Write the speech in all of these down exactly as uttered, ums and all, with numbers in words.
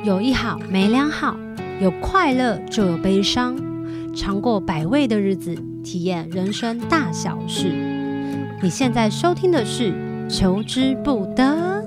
有一好没两好，有快乐就有悲伤，尝过百味的日子，体验人生大小事。你现在收听的是求之不得。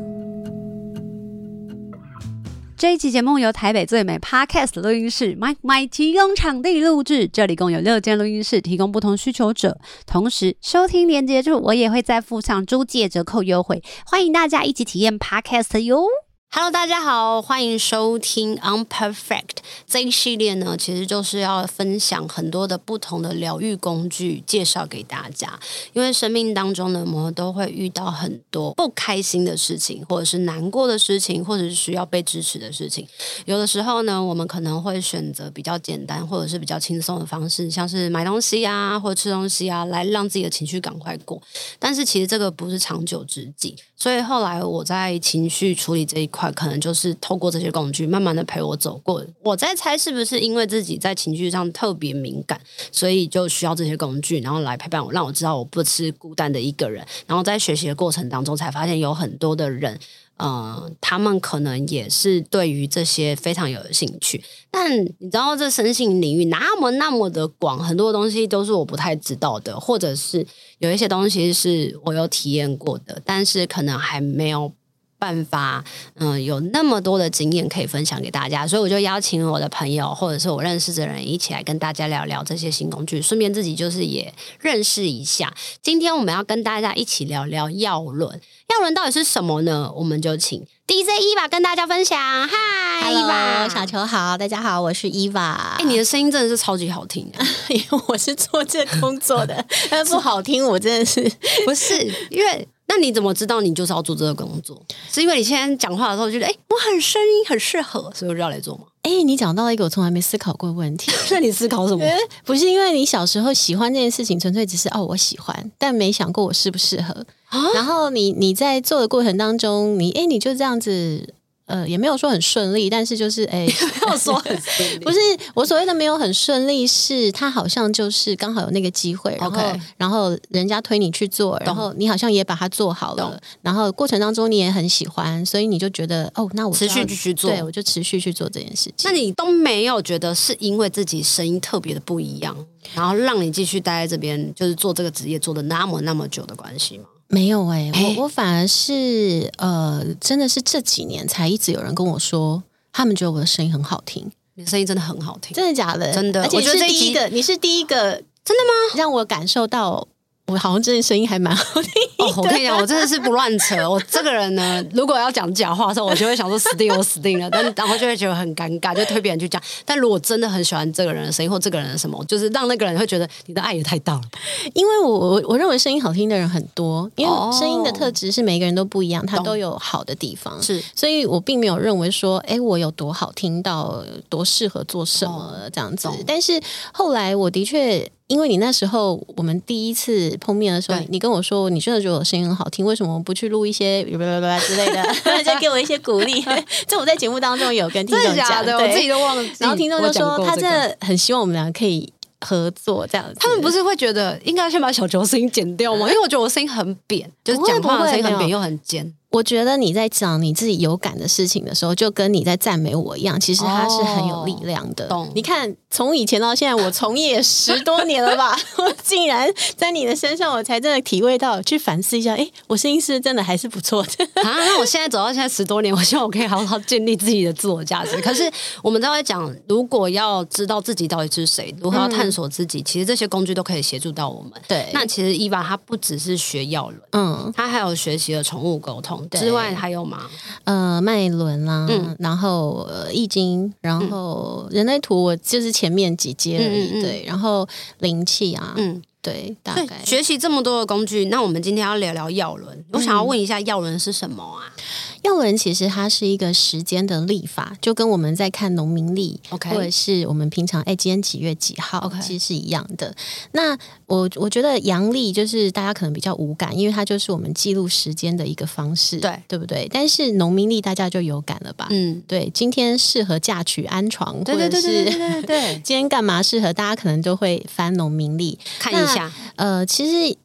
这一期节目由台北最美 Podcast 录音室 Mike Mike 提供场地录制，这里共有六间录音室，提供不同需求者。同时，收听连结处我也会再附上租借折扣优惠，欢迎大家一起体验 Podcast 哟。Hello， 大家好，欢迎收听 Unperfect 这一系列呢，其实就是要分享很多的不同的疗愈工具，介绍给大家。因为生命当中呢，我们都会遇到很多不开心的事情，或者是难过的事情，或者是需要被支持的事情。有的时候呢，我们可能会选择比较简单或者是比较轻松的方式，像是买东西啊，或者吃东西啊，来让自己的情绪赶快过。但是其实这个不是长久之计，所以后来我在情绪处理这一块，可能就是透过这些工具慢慢的陪我走过。我在猜是不是因为自己在情绪上特别敏感，所以就需要这些工具，然后来陪伴我，让我知道我不是孤单的一个人。然后在学习的过程当中才发现有很多的人呃，他们可能也是对于这些非常有兴趣，但你知道这身心领域那么那么的广，很多东西都是我不太知道的，或者是有一些东西是我有体验过的，但是可能还没有办法嗯，有那么多的经验可以分享给大家，所以我就邀请我的朋友或者是我认识的人一起来跟大家聊聊这些新工具，顺便自己就是也认识一下。今天我们要跟大家一起聊聊药轮。药轮到底是什么呢？我们就请 D J Eva 跟大家分享。嗨 Eva， 小球好，大家好，我是 Eva。 哎、欸，你的声音真的是超级好听， 因为我是做这工作的，但不好听，我真的是不是因为。那你怎么知道你就是要做这个工作？是因为你现在讲话的时候觉得，哎、欸，我很声音很适合，所以我就要来做吗？ 哎、欸，你讲到一个我从来没思考过的问题。 那你思考什么？ 不是因为你小时候喜欢这件事情，纯粹只是哦我喜欢，但没想过我适不适合。啊、然后你你在做的过程当中，你哎、欸、你就这样子。呃，也没有说很顺利，但是就是哎， 没有说很顺利。 不是我所谓的没有很顺利，是他好像就是刚好有那个机会，然后、okay. 然后人家推你去做，然后你好像也把它做好了，然后过程当中你也很喜欢，所以你就觉得哦，那我持续继续做， 对，我就持续去做这件事情。 那你都没有觉得是因为自己声音特别的不一样，然后让你继续待在这边，就是做这个职业做的那么那么久的关系吗？ 没有哎、欸，我我反而是呃，真的是这几年才一直有人跟我说，他们觉得我的声音很好听。 你的声音真的很好听， 真的假的？ 真的， 而且是第一个，你是第一个， 真的吗？ 让我感受到。我好像真的声音还蛮好听哦！我跟你讲，我真的是不乱扯。我这个人呢，如果要讲假话的时候，我就会想说死定了，我死定了。但然后就会觉得很尴尬，就推别人去讲。但如果真的很喜欢这个人的声音或这个人的什么，就是让那个人会觉得你的爱也太大了。 因为我我认为声音好听的人很多，因为声音的特质是每个人都不一样，他都有好的地方。 是，所以我并没有认为说，哎，我有多好听到多适合做什么这样子。但是后来我的确。因为你那时候我们第一次碰面的时候，你跟我说你真的觉得我声音很好听，为什么不去录一些之类的，就给我一些鼓励。这我在节目当中有跟听众讲的，我自己都忘了。 然后听众就说、这个、他真的很希望我们俩可以合作这样子。 他们不是会觉得应该先把小球声音剪掉吗？因为我觉得我声音很扁，就是讲话的声音很扁又很尖。 我觉得你在讲你自己有感的事情的时候，就跟你在赞美我一样，其实它是很有力量的。 哦、 你看，从以前到现在，我从业十多年了吧，我竟然在你的身上，我才真的体会到，去反思一下，哎，我声音是真的还是不错的啊。 那我现在走到现在十多年，我希望我可以好好建立自己的自我价值。可是我们都在讲，如果要知道自己到底是谁，如何要探索自己，嗯、其实这些工具都可以协助到我们。 对， 那其实Eva她不只是学药轮，嗯，她还有学习了宠物沟通。之外还有吗？ 呃，脉轮啦，嗯、然后呃易经，然后人类图，我就是前面几阶而已，嗯嗯嗯对，然后灵气啊，嗯，对，大概学习这么多的工具，那我们今天要聊聊药轮。嗯、我想要问一下，药轮是什么啊？ 药轮其实它是一个时间的历法，就跟我们在看农民历， okay. 或者是我们平常哎今天几月几号， okay. 其实是一样的。那我我觉得阳历就是大家可能比较无感，因为它就是我们记录时间的一个方式， 对对不对？但是农民历大家就有感了吧？嗯，对，今天适合嫁娶安床， 对对对对对对对对， 今天干嘛适合？大家可能都会翻农民历看一下。 呃，其实。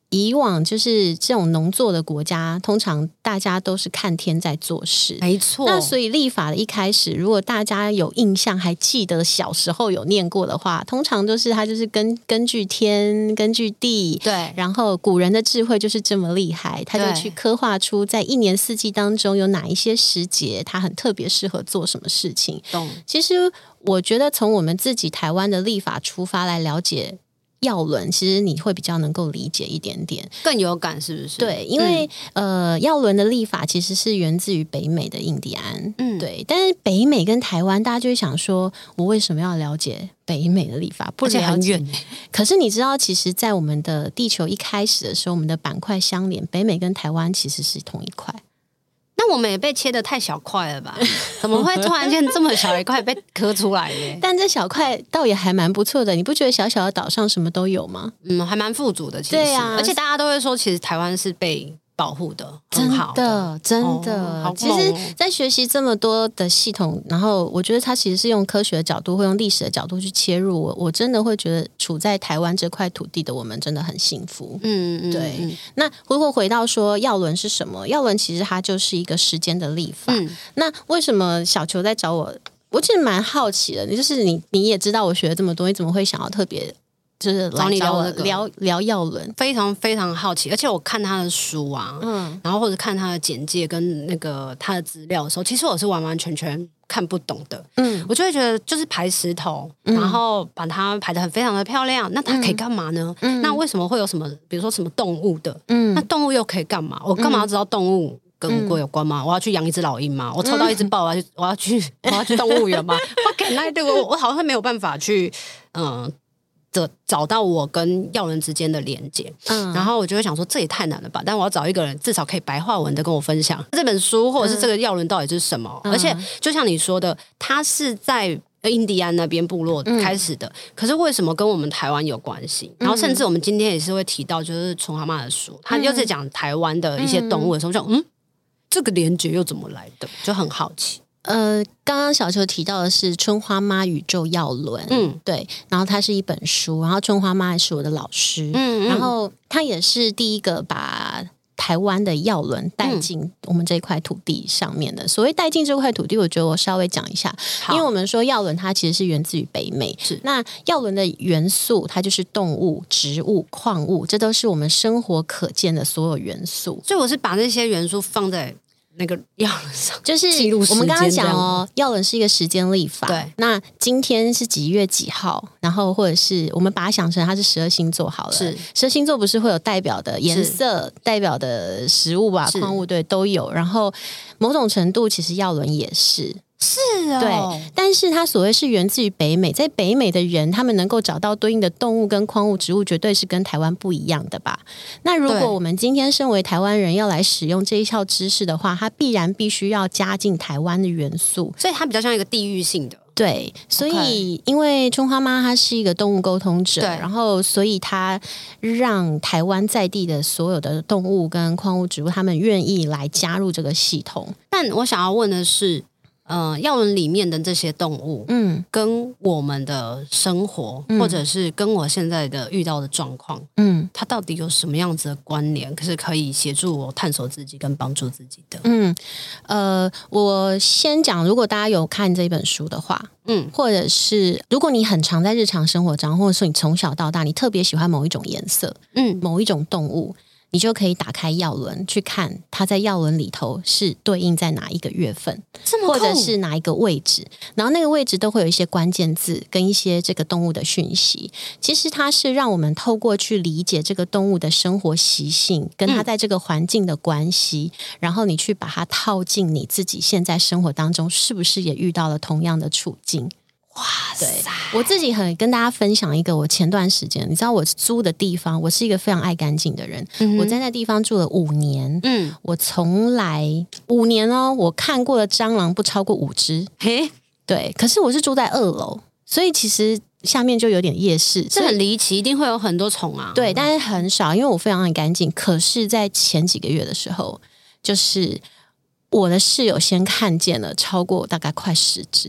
以往就是这种农作的国家，通常大家都是看天在做事， 没错。 那所以立法的一开始，如果大家有印象，还记得小时候有念过的话，通常都是它就是根根据天，根据地， 对。 然后古人的智慧就是这么厉害，他就去刻画出在一年四季当中有哪一些时节，它很特别适合做什么事情。 懂。 其实我觉得从我们自己台湾的立法出发来了解药轮，其实你会比较能够理解一点点， 更有感，是不是？ 对，因为、嗯、呃，药轮的立法其实是源自于北美的印第安，嗯，对。但是北美跟台湾，大家就会想说，我为什么要了解北美的立法？不了解， 很远。 可是你知道，其实，在我们的地球一开始的时候，我们的板块相连，北美跟台湾其实是同一块。 那我们也被切得太小块了吧？怎么会突然间这么小一块被刻出来耶？ 但这小块倒也还蛮不错的，你不觉得小小的岛上什么都有吗？ 嗯，还蛮富足的，其实。 对啊， 而且大家都会说，其实台湾是被保护的， 真很好的，真的。 哦哦、 其实，在学习这么多的系统，然后我觉得它其实是用科学的角度，会用历史的角度去切入。我我真的会觉得，处在台湾这块土地的我们真的很幸福。嗯嗯，对。嗯、那如果回到说药轮是什么？药轮其实它就是一个时间的历法。嗯、那为什么小球在找我？我其实蛮好奇的，就是你你也知道我学了这么多，你怎么会想要特别？就是找你聊这个聊聊药轮， 非常非常好奇，而且我看他的书啊，嗯，然后或者看他的简介跟那个他的资料的时候，其实我是完完全全看不懂的，嗯，我就会觉得就是排石头，嗯、然后把它排得很非常的漂亮，那它可以干嘛呢？嗯、那为什么会有什么，比如说什么动物的，嗯，那动物又可以干嘛？我干嘛要知道动物？跟乌龟有关吗？我要去养一只老鹰吗？我抽到一只豹，我要去，我要去，我要去动物园吗？What can I do？我我好像没有办法去，嗯、呃。的找到我跟药人之间的连接，嗯，然后我就会想说这也太难了吧，但我要找一个人至少可以白话文的跟我分享这本书或者是这个药人到底是什么、嗯、而且就像你说的，它是在印第安那边部落开始的、嗯、可是为什么跟我们台湾有关系、嗯、然后甚至我们今天也是会提到就是春花妈的书，他又在讲台湾的一些动物的时候，就嗯这个连接又怎么来的，就很好奇。 呃，刚刚小球提到的是春花妈宇宙药轮，嗯，对，然后它是一本书，然后春花妈也是我的老师，嗯，然后她也是第一个把台湾的药轮带进我们这一块土地上面的。嗯、所谓带进这块土地，我觉得我稍微讲一下，因为我们说药轮它其实是源自于北美，是那药轮的元素它就是动物、植物、矿物，这都是我们生活可见的所有元素， 所以我是把这些元素放在那个药轮上， 就是我们刚刚讲哦，药轮是一个时间历法。对，那今天是几月几号？然后或者是我们把它想成它是十二星座好了。是十二星座不是会有代表的颜色、代表的食物吧、矿物对都有。然后某种程度其实药轮也是。 是哦， 对，但是它所谓是源自于北美，在北美的人他们能够找到对应的动物跟矿物植物，绝对是跟台湾不一样的吧。那如果我们今天身为台湾人要来使用这一套知识的话，它必然必须要加进台湾的元素， 所以它比较像一个地域性的。 对，所以因为春花妈她是一个动物沟通者，然后所以她让台湾在地的所有的动物跟矿物植物他们愿意来加入这个系统。 但我想要问的是呃，药轮里面的这些动物，嗯，跟我们的生活，嗯、或者是跟我现在的遇到的状况，嗯，它到底有什么样子的关联？可是可以协助我探索自己跟帮助自己的。 嗯，呃，我先讲，如果大家有看这本书的话，嗯，或者是如果你很常在日常生活中，或者说你从小到大你特别喜欢某一种颜色，嗯，某一种动物。你就可以打开药轮去看它在药轮里头是对应在哪一个月份，或者是哪一个位置，然后那个位置都会有一些关键字跟一些这个动物的讯息。其实它是让我们透过去理解这个动物的生活习性跟它在这个环境的关系、嗯、然后你去把它套进你自己现在生活当中，是不是也遇到了同样的处境。 哇塞！ 我自己很跟大家分享一个我前段时间，你知道我租的地方，我是一个非常爱干净的人、嗯、我在那地方住了五年，嗯，我从来五年哦，我看过的蟑螂不超过五只，嘿，对，可是我是住在二楼，所以其实下面就有点夜市， 这很离奇，一定会有很多虫啊， 对，但是很少，因为我非常爱干净。可是在前几个月的时候，就是我的室友先看见了超过大概快十只。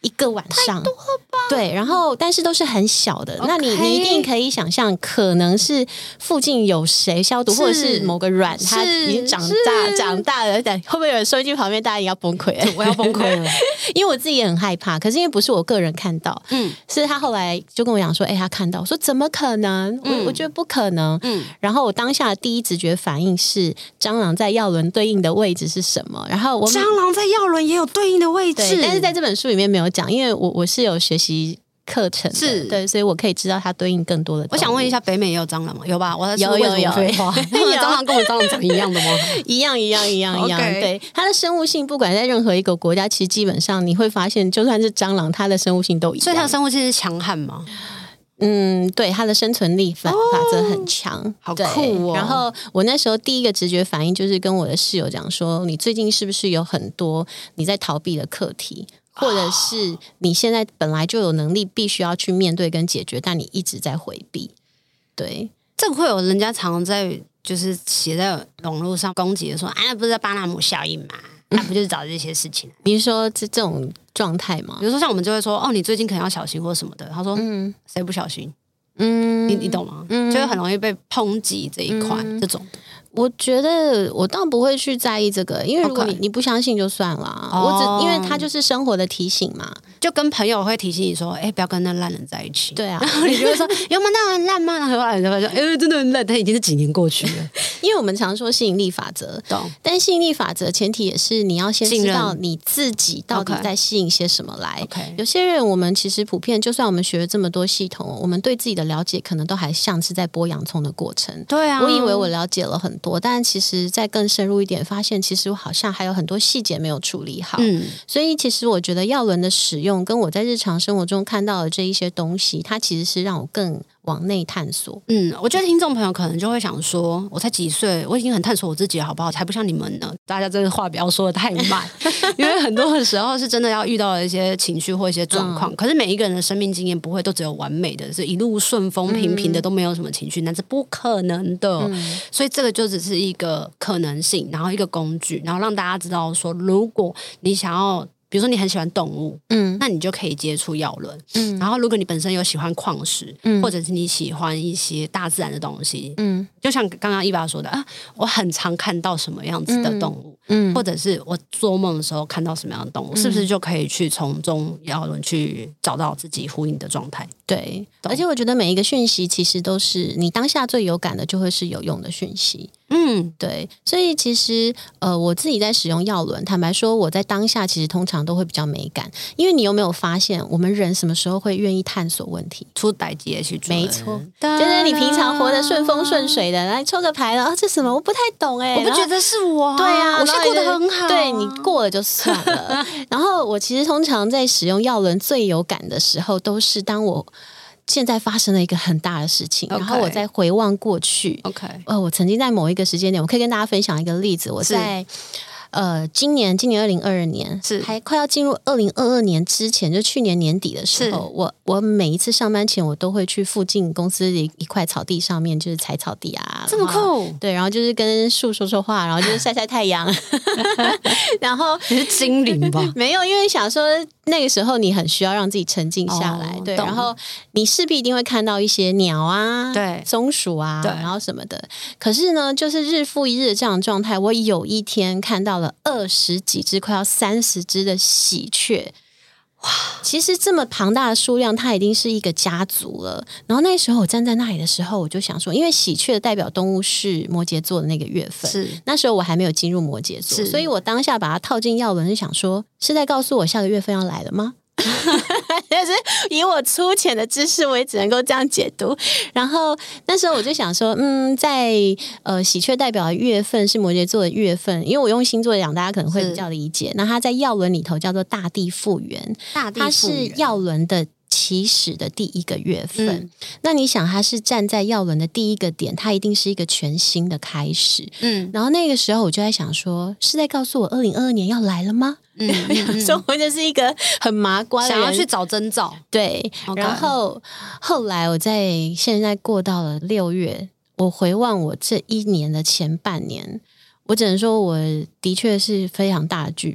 一个晚上， 太多了吧？ 对，然后但是都是很小的， Okay. 那你你一定可以想象，可能是附近有谁消毒，或者是某个卵它已经长大长大了，会不会有人收音机旁边大家也要崩溃了？ 我要崩溃了， 因为我自己也很害怕，可是因为不是我个人看到， 嗯， 是他后来就跟我讲说，哎、欸，他看到，我说怎么可能？嗯、我我觉得不可能，嗯，然后我当下的第一直觉反应是蟑螂在药轮对应的位置是什么？然后我蟑螂在药轮也有对应的位置， 但是在这本书里面没有讲，因为我我是有学习课程的， 是对，所以我可以知道它对应更多的。 我想问一下，北美也有蟑螂吗？有吧？我在有有有， 废话，蟑螂跟我蟑螂长一样的吗？ 一样一样一样一样。 Okay. 对，它的生物性，不管在任何一个国家，其实基本上你会发现，就算是蟑螂，它的生物性都一样。 所以它的生物性是强悍吗？ 嗯，对，它的生存力法法则很强，哦， 好酷哦。 然后我那时候第一个直觉反应就是跟我的室友讲说，你最近是不是有很多你在逃避的课题？或者是你现在本来就有能力必须要去面对跟解决，但你一直在回避。对， 这个会有人家常常在就是写在网络上攻击的说，啊，不是在巴纳姆效应嘛？那不就是找这些事情？ 比如说这这种状态吗？ 比如说像我们就会说，哦，你最近可能要小心或什么的。他说，嗯，谁不小心？嗯，你你懂吗？嗯，就会很容易被抨击这一块，嗯，这种的。 我觉得我当然不会去在意这个，因为如果你、okay. 你不相信就算了，哦，我只因为它就是生活的提醒嘛， 就跟朋友会提醒你说，哎，欸，不要跟那烂人在一起。 对啊， 然后你就会说，有吗？那很烂吗？然后后来你就会说，哎，欸，真的很烂，但已经是几年过去了。 因为我们常说吸引力法则， 懂？ 但吸引力法则前提也是你要先知道你自己到底在吸引些什么来。 Okay. 有些人我们其实普遍，就算我们学了这么多系统，我们对自己的了解可能都还像是在剥洋葱的过程。 对啊， 我以为我了解了很多，但其实再更深入一点，发现其实我好像还有很多细节没有处理好。嗯，所以其实我觉得药轮的使用，跟我在日常生活中看到的这一些东西，它其实是让我更往内探索。 嗯，我觉得听众朋友可能就会想说，我才几岁，我已经很探索我自己了，好不好？才不像你们呢。大家真的话不要说的太慢，因为很多的时候是真的要遇到一些情绪或一些状况，嗯，可是每一个人的生命经验不会都只有完美的，是一路顺风平平的，都没有什么情绪，那是不可能的。嗯，所以这个就只是一个可能性，然后一个工具，然后让大家知道说，如果你想要比如说你很喜欢动物，嗯，那你就可以接触药轮，嗯，然后如果你本身有喜欢矿石，嗯，或者是你喜欢一些大自然的东西，嗯，就像刚刚伊爸说的啊，我很常看到什么样子的动物，嗯，或者是我做梦的时候看到什么样的动物，嗯，是不是就可以去从中药轮去找到自己呼应的状态？ 对，而且我觉得每一个讯息其实都是你当下最有感的，就会是有用的讯息。嗯，对，所以其实呃，我自己在使用药轮，坦白说，我在当下其实通常都会比较没感，因为你有没有发现，我们人什么时候会愿意探索问题？ 出歹劫去做， 没错，就是你平常活得顺风顺水的，来抽个牌了，啊，这什么？我不太懂哎， 我不觉得是我，啊， 对啊， 我现在过得很好， 对你过了就算了。然后我其实通常在使用药轮最有感的时候，都是当我现在发生了一个很大的事情， okay. 然后我再回望过去 OK， 呃，我曾经在某一个时间点，我可以跟大家分享一个例子，我在呃今年今年二零二二年是还快要进入二零二二年之前，就去年年底的时候，我我每一次上班前我都会去附近公司的一块草地上面就是踩草地啊， 这么酷， 对，然后就是跟树说说话，然后就是晒晒太阳然后你是精灵吧？ 没有，因为想说那个时候你很需要让自己沉静下来，哦，对，然后你势必一定会看到一些鸟啊， 对， 松鼠啊，然后什么的。可是呢，就是日复一日的这样的状态，我有一天看到了二十几只，快要三十只的喜鹊。哇，其实这么庞大的数量，它已经是一个家族了。然后那时候我站在那里的时候，我就想说，因为喜鹊的代表动物是摩羯座的那个月份，是那时候我还没有进入摩羯座，所以我当下把它套进药轮，就想说，是在告诉我下个月份要来了吗？就是以我粗浅的知识，我也只能够这样解读。然后那时候我就想说，嗯，在呃喜鹊代表的月份是摩羯座的月份，因为我用星座讲，大家可能会比较理解。那它在药轮里头叫做大地复原， 大地复原， 它是药轮的起始的第一个月份，嗯，那你想它是站在药轮的第一个点，它一定是一个全新的开始，嗯，然后那个时候我就在想说，是在告诉我二零二二年要来了吗？嗯，嗯所以我就是一个很麻瓜的人， 想要去找征兆， 对， okay. 然后后来我在现在过到了六月，我回望我这一年的前半年，我只能说我的确是非常大的巨变。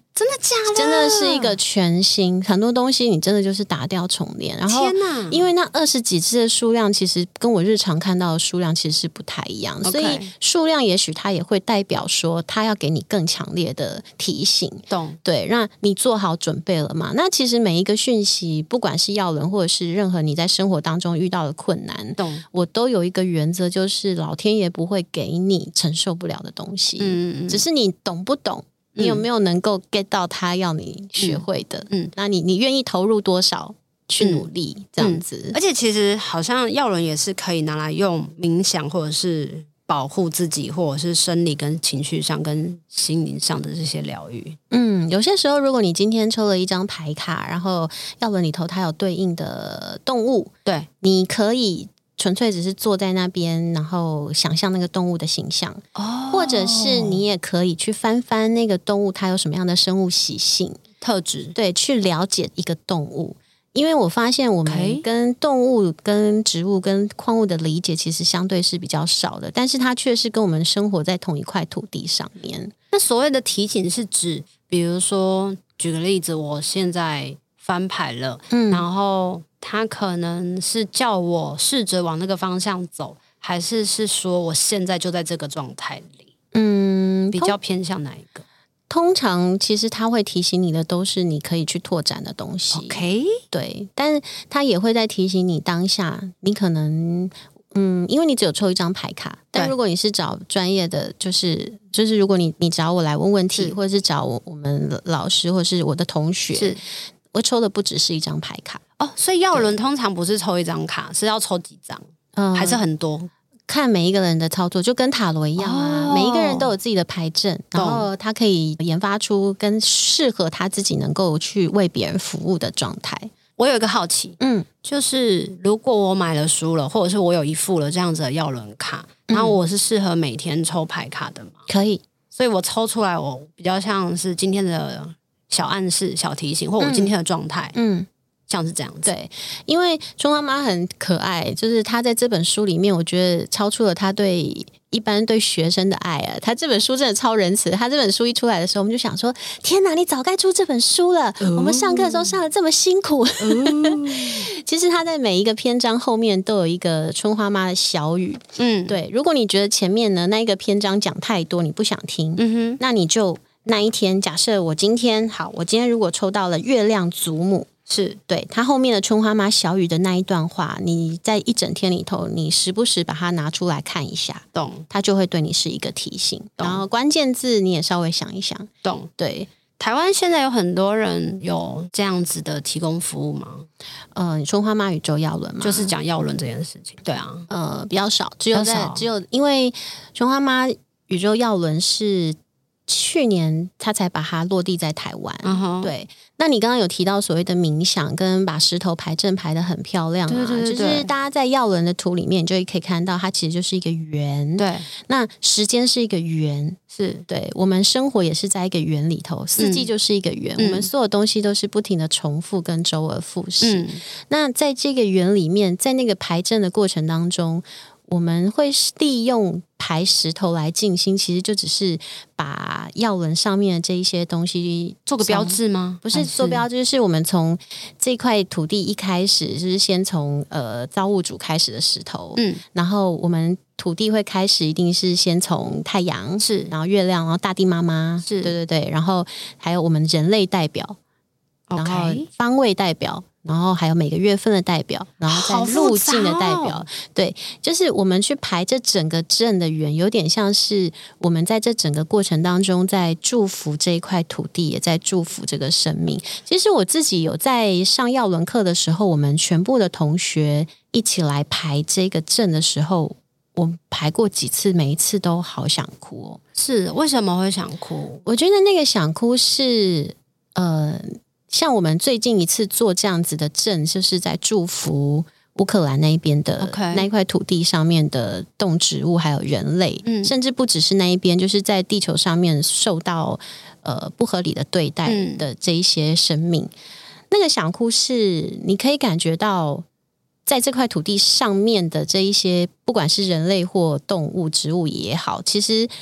真的假的？ 真的是一个全新，很多东西你真的就是打掉重练。然后，因为那二十几只的数量，其实跟我日常看到的数量其实是不太一样， okay. 所以数量也许它也会代表说，它要给你更强烈的提醒。 懂？ 对，让你做好准备了嘛？那其实每一个讯息，不管是药轮或者是任何你在生活当中遇到的困难， 懂？ 我都有一个原则，就是老天爷不会给你承受不了的东西，嗯嗯，只是你懂不懂？你有没有能够 get 到他要你学会的？嗯，嗯那你你愿意投入多少去努力、嗯、这样子？ 而且其实好像药轮也是可以拿来用冥想，或者是保护自己，或者是生理跟情绪上跟心灵上的这些疗愈。 嗯，有些时候如果你今天抽了一张牌卡，然后药轮里头它有对应的动物， 对， 你可以纯粹只是坐在那边，然后想象那个动物的形象，哦，或者是你也可以去翻翻那个动物它有什么样的生物习性特质， 对，去了解一个动物。因为我发现我们跟动物、跟植物、跟矿物的理解其实相对是比较少的，但是它却是跟我们生活在同一块土地上面。 那所谓的提醒是指，比如说举个例子，我现在翻牌了，嗯，然后他可能是叫我试着往那个方向走，还是是说我现在就在这个状态里？嗯，比较偏向哪一个？ 通常其实他会提醒你的都是你可以去拓展的东西 ，OK， 对，但是他也会在提醒你当下你可能嗯，因为你只有抽一张牌卡，但如果你是找专业的，就是就是如果你你找我来问问题，或者是找我我们老师或者是我的同学，是我抽的不只是一张牌卡哦，所以药轮通常不是抽一张卡，是要抽几张，嗯，还是很多？ 看每一个人的操作，就跟塔罗一样啊，哦，每一个人都有自己的牌阵，然后他可以研发出跟适合他自己能够去为别人服务的状态。 我有一个好奇，嗯，就是如果我买了书了，或者是我有一副了这样子的药轮卡，然后我是适合每天抽牌卡的吗？ 可以， 所以我抽出来，我比较像是今天的小暗示、小提醒，或我今天的状态，嗯。嗯像是这样子， 对，因为春花妈很可爱，就是她在这本书里面，我觉得超出了她对一般对学生的爱啊。她这本书真的超仁慈，她这本书一出来的时候，我们就想说：天哪，你早该出这本书了！哦，我们上课的时候上的这么辛苦。哦，其实她在每一个篇章后面都有一个春花妈的小语，嗯，对。如果你觉得前面呢那一个篇章讲太多，你不想听，嗯哼，那你就那一天，假设我今天好，我今天如果抽到了月亮祖母。是对他后面的春花妈小雨的那一段话，你在一整天里头，你时不时把它拿出来看一下，懂？它就会对你是一个提醒。然后关键字你也稍微想一想， 懂？ 对， 台湾现在有很多人有这样子的提供服务吗？ 呃，春花妈宇宙药轮嘛， 就是讲药轮这件事情。对啊， 呃，比较少，只有在只有因为春花妈宇宙药轮是。去年他才把它落地在台湾， uh-huh. 对。那你刚刚有提到所谓的冥想跟把石头排阵排得很漂亮啊，对对对对，就是大家在药轮的图里面，你就可以看到它其实就是一个圆，对。那时间是一个圆，是对。我们生活也是在一个圆里头，四季就是一个圆，嗯，我们所有东西都是不停的重复跟周而复始。嗯，那在这个圆里面，在那个排阵的过程当中。我们会利用排石头来静心，其实就只是把药轮上面的这一些东西做个标志吗？ 不是做标志，是我们从这块土地一开始，就是先从呃造物主开始的石头，嗯，然后我们土地会开始一定是先从太阳，是，然后月亮，然后大地妈妈，是，对对对，然后还有我们人类代表， okay. 然后方位代表。然后还有每个月份的代表，然后再路径的代表，哦，对，就是我们去排这整个阵的圆，有点像是我们在这整个过程当中在祝福这一块土地，也在祝福这个生命。其实我自己有在上药轮课的时候，我们全部的同学一起来排这个阵的时候，我排过几次，每一次都好想哭哦。 是，为什么会想哭？ 我觉得那个想哭是呃。像我们最近一次做这样子的阵，就是在祝福乌克兰那一边的 okay. 那一块土地上面的动植物还有人类，嗯，甚至不只是那一边，就是在地球上面受到呃不合理的对待的这一些生命，嗯，那个想哭是你可以感觉到在这块土地上面的这一些不管是人类或动物植物也好，其实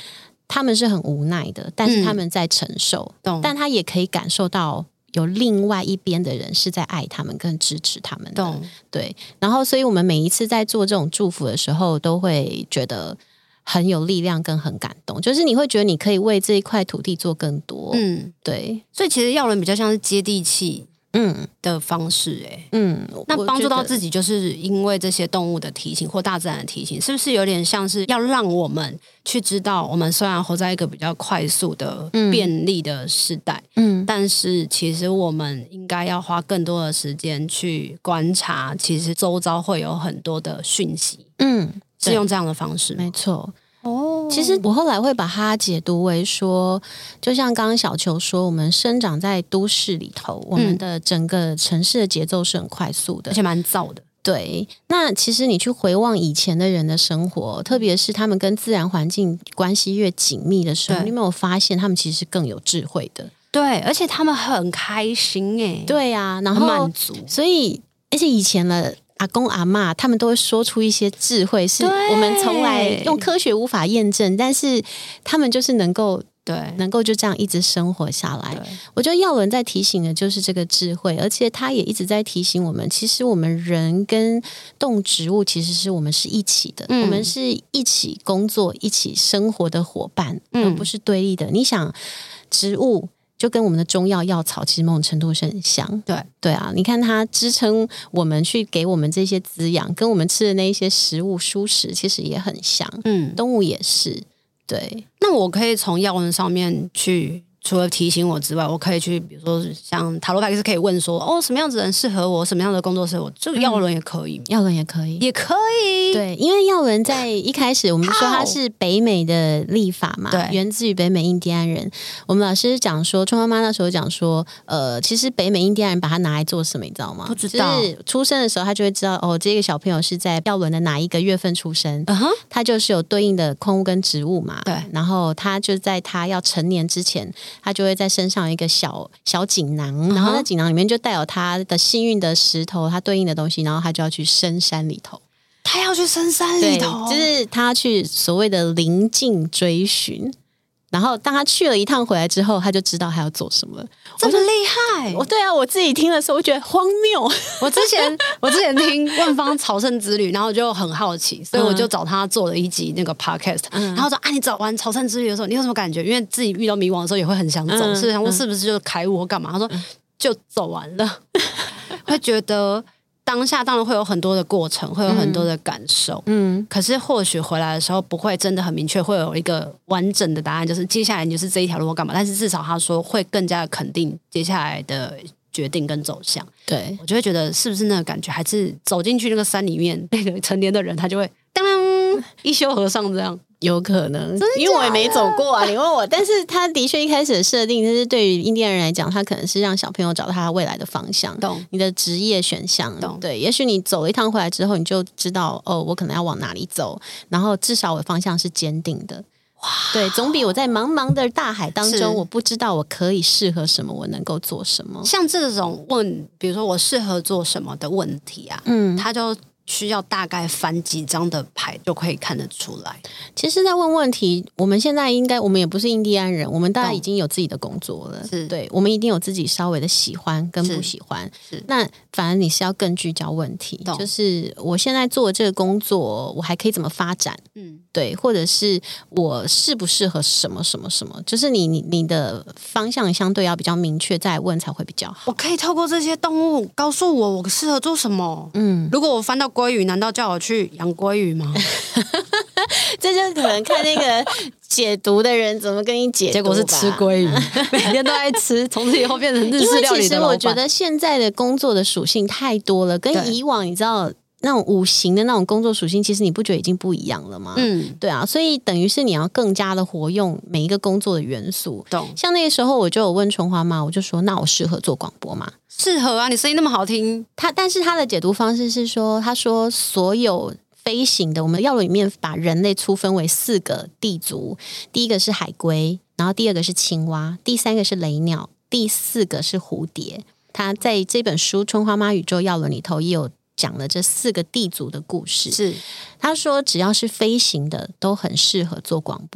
他们是很无奈的，但是他们在承受， 嗯、 但他也可以感受到有另外一边的人是在爱他们跟支持他们的，对。然后所以我们每一次在做这种祝福的时候都会觉得很有力量跟很感动，就是你会觉得你可以为这一块土地做更多，嗯，对。 所以其实药轮比较像是接地气嗯的方式，哎、欸，嗯，那帮助到自己，就是因为这些动物的提醒或大自然的提醒，是不是有点像是要让我们去知道，我们虽然活在一个比较快速的、便利的时代，嗯，但是其实我们应该要花更多的时间去观察，其实周遭会有很多的讯息，嗯，是用这样的方式， 没错。哦，其实我后来会把它解读为说，就像刚刚小球说，我们生长在都市里头，我们的整个城市的节奏是很快速的， 而且蛮燥的。 对，那其实你去回望以前的人的生活，特别是他们跟自然环境关系越紧密的时候，你有没有发现他们其实更有智慧的？ 对，而且他们很开心哎， 对啊，然后满足， 所以而且以前的阿公阿嬷他们都会说出一些智慧，是我们从来用科学无法验证，但是他们就是能够对能够就这样一直生活下来。我觉得药轮在提醒的就是这个智慧，而且他也一直在提醒我们，其实我们人跟动植物其实是我们是一起的，嗯、我们是一起工作一起生活的伙伴，嗯、而不是对立的。你想植物就跟我们的中药药草其实某种程度是很像，对对啊，你看它支撑我们去给我们这些滋养，跟我们吃的那一些食物蔬食其实也很像，嗯，动物也是，对。 那我可以从药轮上面去，除了提醒我之外，我可以去，比如说像塔罗牌是可以问说，哦，什么样子的人适合我，什么样的工作适合我，这个药轮也可以， 药轮也可以， 也可以， 对，因为药轮在一开始我们说它是北美的历法嘛，对，源自于北美印第安人。我们老师讲说，春妈妈那时候讲说，呃，其实北美印第安人把它拿来做什么，你知道吗？ 不知道， 就是出生的时候，他就会知道哦，这个小朋友是在药轮的哪一个月份出生，uh huh. 他就是有对应的矿物跟植物嘛，对，然后他就在他要成年之前，他就会在身上有一个小小锦囊， uh huh. 然后那锦囊里面就带有他的幸运的石头，他对应的东西，然后他就要去深山里头。 他要去深山里头， 就是他要去所谓的临近追寻。然后当他去了一趟回来之后，他就知道他要做什么了。 这么厉害！ 我对啊，我自己听的时候我觉得荒谬。 我之前我之前听万芳朝圣之旅，然后我就很好奇，所以我就找他做了一集那个 podcast，、嗯、然后说啊，你找完朝圣之旅的时候，你有什么感觉？因为自己遇到迷惘的时候也会很想走，嗯、是想说是不是就是开悟干嘛？他说、嗯、就走完了，会觉得。当下当然会有很多的过程，会有很多的感受，嗯，可是或许回来的时候不会真的很明确，会有一个完整的答案，就是接下来你就是这一条路干嘛？但是至少他说会更加的肯定接下来的决定跟走向。对，我就会觉得是不是那个感觉，还是走进去那个山里面，那个成年的人他就会当当一休和尚这样。 有可能，因为我也没走过啊。你问我，但是他的确一开始的设定，就是对于印第安人来讲，他可能是让小朋友找到他未来的方向，懂你的职业选项，懂对。也许你走了一趟回来之后，你就知道哦，我可能要往哪里走，然后至少我的方向是坚定的。哇，对，总比我在茫茫的大海当中，我不知道我可以适合什么，我能够做什么。 像这种问，比如说我适合做什么的问题啊，嗯，他就。需要大概翻几张的牌就可以看得出来。 其实在问问题，我们现在应该我们也不是印第安人，我们大家已经有自己的工作了，是对，我们一定有自己稍微的喜欢跟不喜欢。是那反而你是要更聚焦问题，就是我现在做的这个工作，我还可以怎么发展？嗯，对，或者是我适不适合什么什么什么？就是你你你的方向相对要比较明确，再问才会比较好。 我可以透过这些动物告诉我我适合做什么。嗯，如果我翻到鲑鱼，难道叫我去养鲑鱼吗？ 这就可能看那个解读的人怎么跟你解读， 结果是吃鲑鱼，每天都在吃，从此以后变成日式料理的老板。 因为其实我觉得现在的工作的属性太多了，跟以往你知道那种五行的那种工作属性，其实你不觉得已经不一样了吗？嗯，对啊，所以等于是你要更加的活用每一个工作的元素。懂？像那个时候我就有问春花妈，我就说那我适合做广播吗？ 适合啊，你声音那么好听。 他但是他的解读方式是说，他说所有飞行的，我们药轮里面把人类粗分为四个地族，第一个是海龟，然后第二个是青蛙，第三个是雷鸟，第四个是蝴蝶。他在这本书《春花妈宇宙药轮》里头也有讲了这四个地族的故事。是他说只要是飞行的都很适合做广播。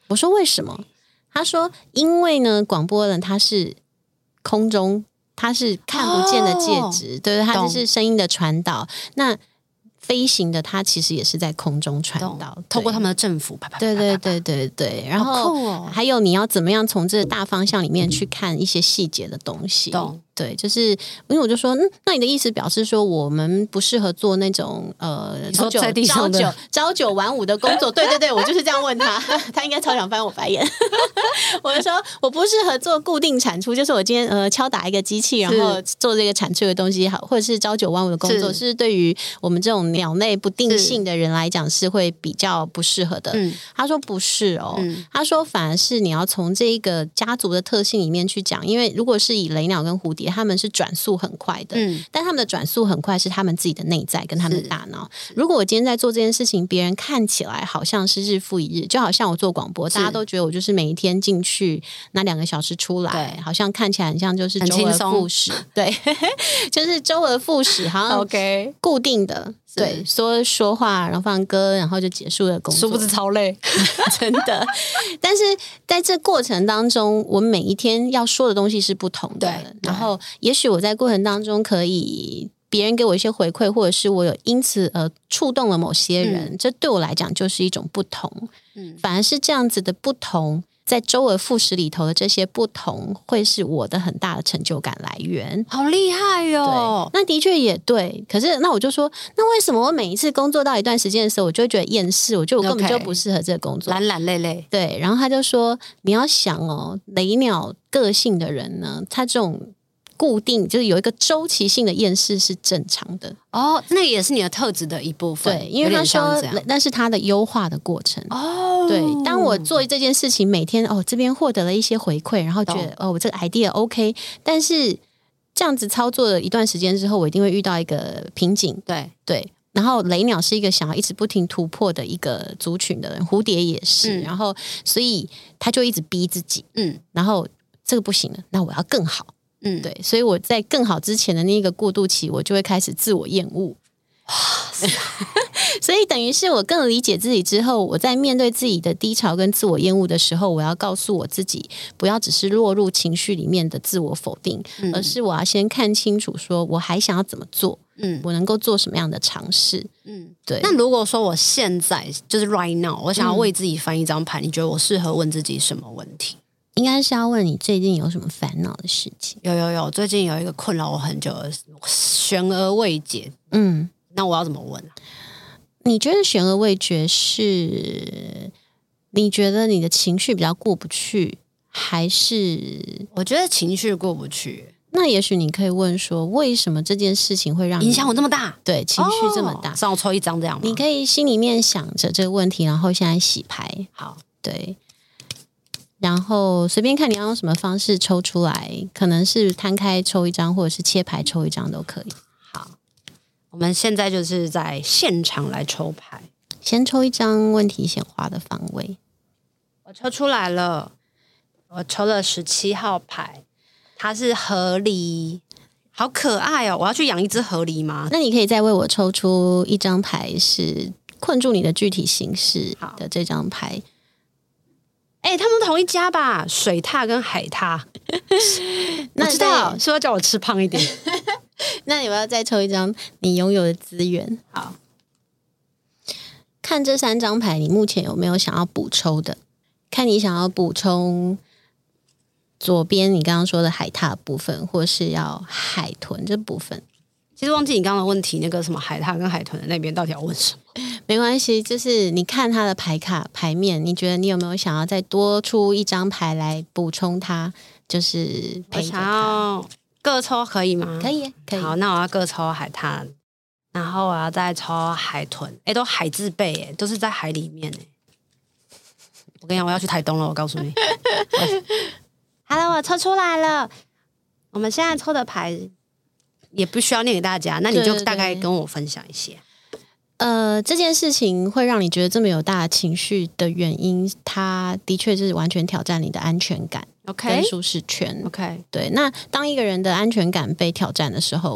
我说为什么？他说因为呢，广播人他是空中，他是看不见的介质，哦、对，他就是声音的传导。那飞行的它其实也是在空中传导， 透过他们的振幅，啪啪啪啪啪， 对对对对对。然后、哦、还有你要怎么样从这个大方向里面去看一些细节的东西。 懂。 对，就是因为我就说，嗯，那你的意思表示说我们不适合做那种呃朝九朝九朝九晚五的工作？对对对，我就是这样问他，他应该超想翻我白眼。我就说我不适合做固定产出，就是我今天呃敲打一个机器，然后做这个产出的东西，好，或者是朝九晚五的工作，是, 是对于我们这种鸟类不定性的人来讲是会比较不适合的。嗯、他说不是哦、嗯，他说反而是你要从这一个家族的特性里面去讲，因为如果是以雷鸟跟蝴蝶。他们是转速很快的、嗯、但他们的转速很快是他们自己的内在跟他们的大脑。如果我今天在做这件事情，别人看起来好像是日复一日，就好像我做广播，大家都觉得我就是每一天进去那两个小时出来，好像看起来很像就是周而复始，对，就是周而复始，好像固定的。对，说说话，然后放歌，然后就结束了工作， 殊不知超累， 真的。但是在这过程当中，我每一天要说的东西是不同的。对，然后也许我在过程当中可以别人给我一些回馈，或者是我有因此呃触动了某些人、嗯，这对我来讲就是一种不同。嗯，反而是这样子的不同。在周而复始里头的这些不同会是我的很大的成就感来源。 好厉害哟、哦！ 那的确也对，可是那我就说，那为什么我每一次工作到一段时间的时候，我就会觉得厌世，我觉得我根本就不适合这个工作， 懒懒累累。 对，然后他就说，你要想哦，雷鸟个性的人呢，他这种固定就是有一个周期性的厌世是正常的哦，那也是你的特质的一部分。 对，因为他说那是他的优化的过程哦。对，当我做这件事情，每天哦这边获得了一些回馈，然后觉得哦我这个 idea OK， 但是这样子操作了一段时间之后，我一定会遇到一个瓶颈。对对。然后雷鸟是一个想要一直不停突破的一个族群的人，蝴蝶也是、嗯、然后所以他就一直逼自己，嗯，然后这个不行了，那我要更好。嗯，对，所以我在更好之前的那个过渡期，我就会开始自我厌恶。所以等于是我更理解自己之后，我在面对自己的低潮跟自我厌恶的时候，我要告诉我自己，不要只是落入情绪里面的自我否定、嗯、而是我要先看清楚说我还想要怎么做，嗯，我能够做什么样的尝试。嗯，对。 那如果说我现在就是 right now 我想要为自己翻一张牌、嗯、你觉得我适合问自己什么问题？ 应该是要问你最近有什么烦恼的事情。 有有有，最近有一个困扰我很久的悬而未解。嗯，那我要怎么问啊？ 你觉得悬而未决是你觉得你的情绪比较过不去，还是？ 我觉得情绪过不去。 那也许你可以问说，为什么这件事情会让你影响我这么大？ 对，情绪这么大。 让、哦、我抽一张这样吗？ 你可以心里面想着这个问题，然后现在洗牌。好，对。然后随便看你要用什么方式抽出来，可能是摊开抽一张，或者是切牌抽一张都可以。 好，我们现在就是在现场来抽牌， 先抽一张问题显化的方位。 我抽出来了，我抽了十七号牌，它是河狸，好可爱哦！我要去养一只河狸吗？ 那你可以再为我抽出一张牌，是困住你的具体形式的这张牌。 哎、欸，他们同一家吧？水獭跟海獭，我知道，是不是要叫我吃胖一点？ 那你要再抽一张你拥有的资源。 好， 看这三张牌，你目前有没有想要补抽的？看你想要补充左边你刚刚说的海獭部分，或是要海豚这部分。 其实忘记你刚刚的问题，那个什么海獭跟海豚的那边到底要问什么？ 没关系，就是你看它的牌卡牌面，你觉得你有没有想要再多出一张牌来补充它？就是陪着它。我想要各抽可以吗？ 可以，可以。 好，那我要各抽海獭，然后我要再抽海豚。哎，都海字辈，哎，都是在海里面哎。我跟你讲，我要去台东了，我告诉你。好了，我抽出来了。我们现在抽的牌也不需要念给大家，那你就大概跟我分享一些。 呃，这件事情会让你觉得这么有大的情绪的原因，它的确是完全挑战你的安全感 ，OK， 跟舒适圈 ，OK。 对，那当一个人的安全感被挑战的时候，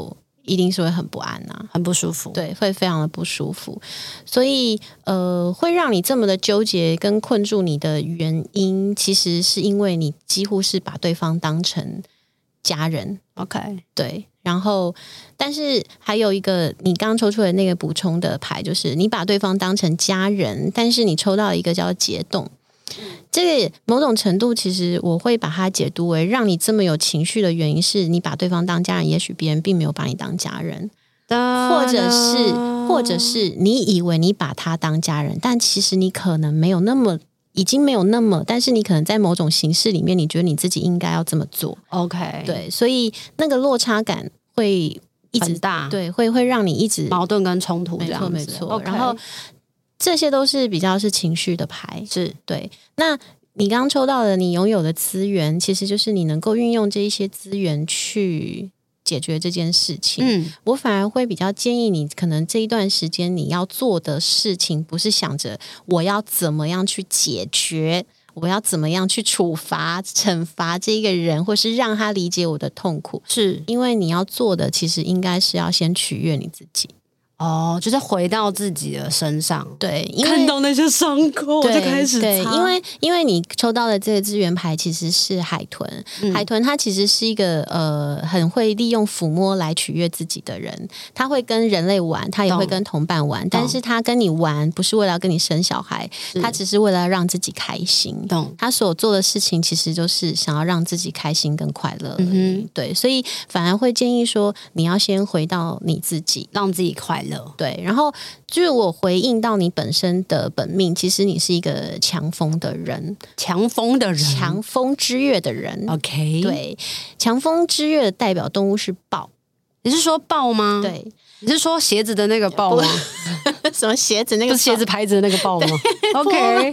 一定是会很不安啊， 很不舒服， 对，会非常的不舒服。所以呃，会让你这么的纠结跟困住你的原因，其实是因为你几乎是把对方当成家人。 OK， 对。然后但是还有一个你刚抽出的那个补充的牌，就是你把对方当成家人，但是你抽到一个叫解冻，这个某种程度其实我会把它解读为让你这么有情绪的原因是你把对方当家人，也许别人并没有把你当家人，或者是或者是你以为你把他当家人，但其实你可能没有那么已经没有那么，但是你可能在某种形式里面你觉得你自己应该要这么做。 OK， 对，所以那个落差感会一直很大， 对，会会让你一直矛盾跟冲突这样子， 没错没错、 okay， 然后这些都是比较是情绪的牌， 是对。那你刚刚抽到的你拥有的资源，其实就是你能够运用这一些资源去解决这件事情。嗯，我反而会比较建议你，可能这一段时间你要做的事情，不是想着我要怎么样去解决，我要怎么样去处罚惩罚这个人，或是让他理解我的痛苦， 是因为你要做的其实应该是要先取悦你自己。 哦，就是回到自己的身上， 对，因为看到那些伤口我就开始擦。 对，因为因为你抽到的这个资源牌其实是海豚、嗯、海豚它其实是一个呃很会利用抚摸来取悦自己的人，他会跟人类玩，他也会跟同伴玩，但是他跟你玩不是为了要跟你生小孩，他只是为了让自己开心，他所做的事情其实就是想要让自己开心跟快乐而已、嗯、对，所以反而会建议说你要先回到你自己， 让自己快乐。 对，然后就是我回应到你本身的本命，其实你是一个强风的人， 强风的人， 强风之月的人。 OK， 对，强风之月的代表动物是豹。 你是说豹吗？ 对， 你是说鞋子的那个豹吗？ 什么鞋子那个不是鞋子牌子的那个豹吗？OK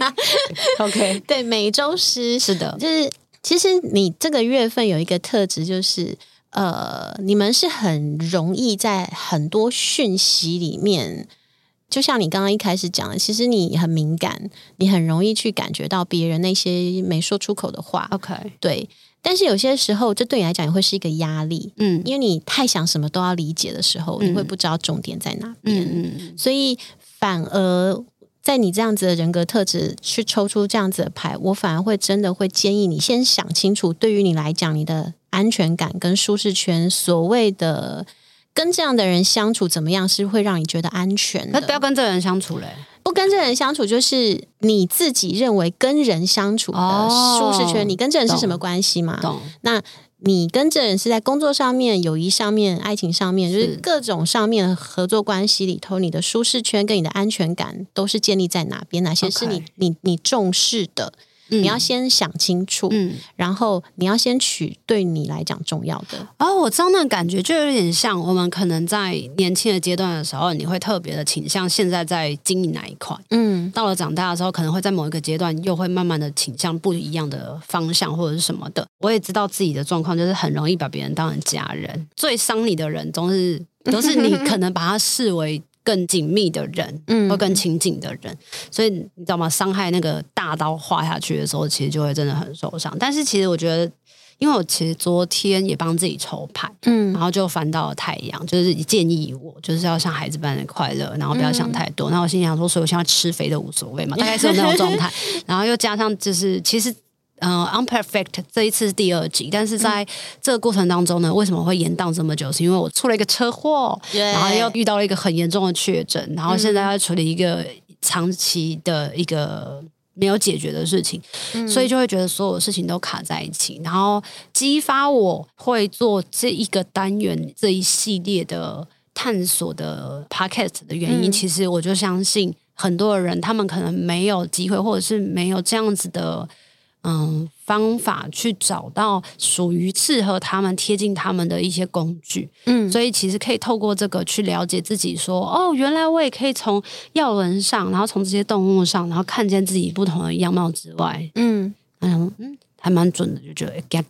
OK， 对，美洲狮是的， 就是其实你这个月份有一个特质，就是呃，你们是很容易在很多讯息里面，就像你刚刚一开始讲的，其实你很敏感，你很容易去感觉到别人那些没说出口的话。 OK， 对，但是有些时候这对你来讲也会是一个压力，嗯，因为你太想什么都要理解的时候、嗯、你会不知道重点在哪边、嗯嗯、所以反而在你这样子的人格特质去抽出这样子的牌，我反而会真的会建议你先想清楚，对于你来讲你的安全感跟舒适圈，所谓的跟这样的人相处怎么样是会让你觉得安全的。 那不要跟这个人相处嘞， 不跟这个人相处就是你自己认为跟人相处的舒适圈、哦、你跟这人是什么关系嘛？懂。那你跟这人是在工作上面、友谊上面、爱情上面，就是各种上面的合作关系里头，你的舒适圈跟你的安全感都是建立在哪边？哪些是你、okay. 你你重视的？嗯、你要先想清楚、嗯，然后你要先取对你来讲重要的。 哦，我知道那个感觉就有点像我们可能在年轻的阶段的时候，你会特别的倾向现在在经营哪一块，嗯，到了长大的时候，可能会在某一个阶段又会慢慢的倾向不一样的方向或者是什么的。我也知道自己的状况就是很容易把别人当成家人，最伤你的人总是都是你可能把他视为更紧密的人，嗯，或更亲近的人，所以你知道吗？伤害那个大刀划下去的时候，其实就会真的很受伤。但是其实我觉得，因为我其实昨天也帮自己抽牌，嗯，然后就翻到了太阳，就是建议我就是要像孩子般的快乐，然后不要想太多。那、嗯、我心想说，所以我现在吃肥的无所谓嘛，大概是有那种状态。然后又加上就是其实。呃 ，Unperfect 这一次是第二集，但是在这个过程当中呢，为什么会延宕这么久？是因为我出了一个车祸，然后又遇到了一个很严重的确诊，然后现在要处理一个长期的一个没有解决的事情，嗯、所以就会觉得所有事情都卡在一起，然后激发我会做这一个单元这一系列的探索的 podcast 的原因，嗯、其实我就相信很多人他们可能没有机会，或者是没有这样子的。嗯，方法去找到属于适合他们、贴近他们的一些工具。嗯，所以其实可以透过这个去了解自己说，说哦，原来我也可以从药人上，然后从这些动物上，然后看见自己不同的样貌之外，嗯，嗯，还蛮准的，就觉得嘎嘎。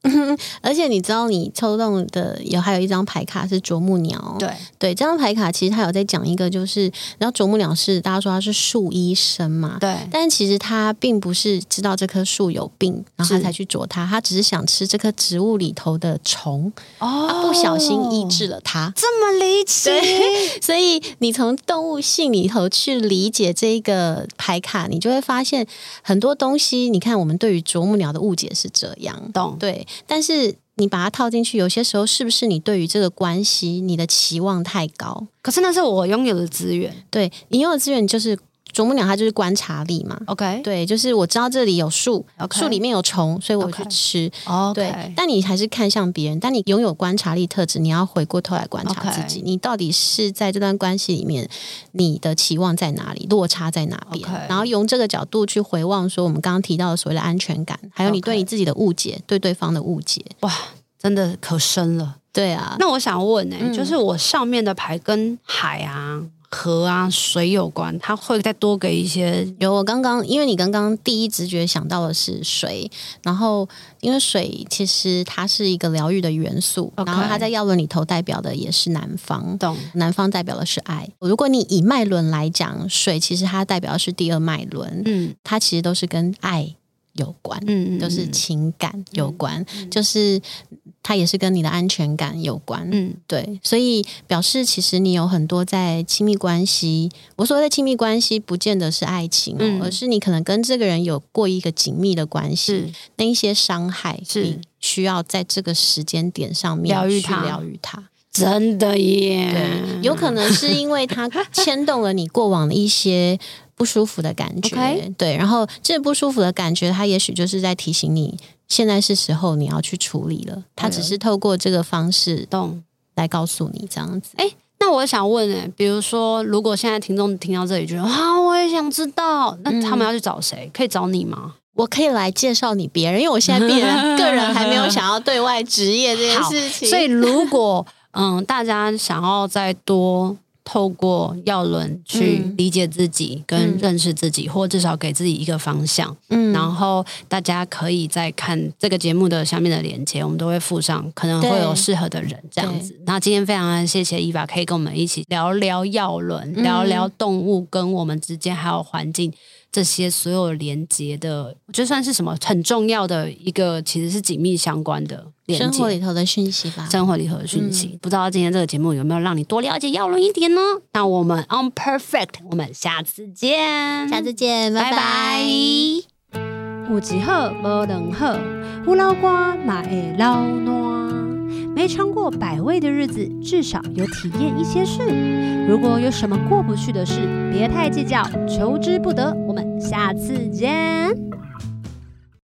而且你知道你抽中的有还有一张牌卡是啄木鸟， 对对，这张牌卡其实它有在讲一个，就是然后啄木鸟是大家说它是树医生嘛， 对， 但其实他并不是知道这棵树有病，然后他才去啄它，他只是想吃这棵植物里头的虫，哦，他不小心医治了它， 这么离奇。 对，所以你从动物性里头去理解这个牌卡，你就会发现很多东西。你看，我们对于啄木鸟的误解是这样， 懂？ 对，但是你把它套进去，有些时候是不是你对于这个关系你的期望太高？ 可是那是我拥有的资源， 对，你拥有的资源就是啄木鸟，它就是观察力嘛。 OK， 对，就是我知道这里有树， okay， 树里面有虫，所以我去吃。 Okay， 对，但你还是看向别人。但你拥有观察力特质，你要回过头来观察自己， okay， 你到底是在这段关系里面，你的期望在哪里，落差在哪边？ okay， 然后用这个角度去回望，说我们刚刚提到的所谓的安全感，还有你对你自己的误解， okay， 对对方的误解。 哇，真的可深了。 对啊， 那我想问呢、欸嗯， 就是我上面的牌跟海啊、河啊、水有关，它会再多给一些？ 有，我刚刚因为你刚刚第一直觉想到的是水，然后因为水其实它是一个疗愈的元素， okay， 然后它在药轮里头代表的也是南方， 懂？ 南方代表的是爱。如果你以脉轮来讲，水其实它代表的是第二脉轮，嗯，它其实都是跟爱有关，嗯，都是情感有关，嗯，就是它也是跟你的安全感有关，嗯，对，所以表示其实你有很多在亲密关系，我所谓的亲密关系不见得是爱情，哦嗯，而是你可能跟这个人有过一个紧密的关系，那一些伤害是你需要在这个时间点上面疗愈它，疗愈它。 真的耶， 对，有可能是因为它牵动了你过往的一些不舒服的感觉，okay， 对，然后这不舒服的感觉，它也许就是在提醒你，现在是时候你要去处理了。它只是透过这个方式动来告诉你这样子。 哎，那我想问，哎，比如说，如果现在听众听到这里觉得啊，我也想知道，那他们要去找谁？嗯，可以找你吗？ 我可以来介绍你别人，因为我现在别人个人还没有想要对外职业这件事情， 所以如果嗯大家想要再多透过药轮去理解自己跟认识自己，嗯，或至少给自己一个方向，嗯，然后大家可以再看这个节目的下面的连结，我们都会附上，可能会有适合的人这样子。那今天非常谢谢伊娃可以跟我们一起聊聊药轮，嗯，聊聊动物跟我们之间还有环境这些所有连结的，我觉得算是什么很重要的一个，其实是紧密相关的连结， 生活里头的讯息吧， 生活里头的讯息，嗯，不知道今天这个节目有没有让你多了解药轮一点呢？那我们 On Perfect， 我们下次见， 下次见，拜拜。 有一好无两好，有老瓜嘛会老烂。没尝过百味的日子，至少有体验一些事。如果有什么过不去的事，别太计较，求之不得。我们下次见。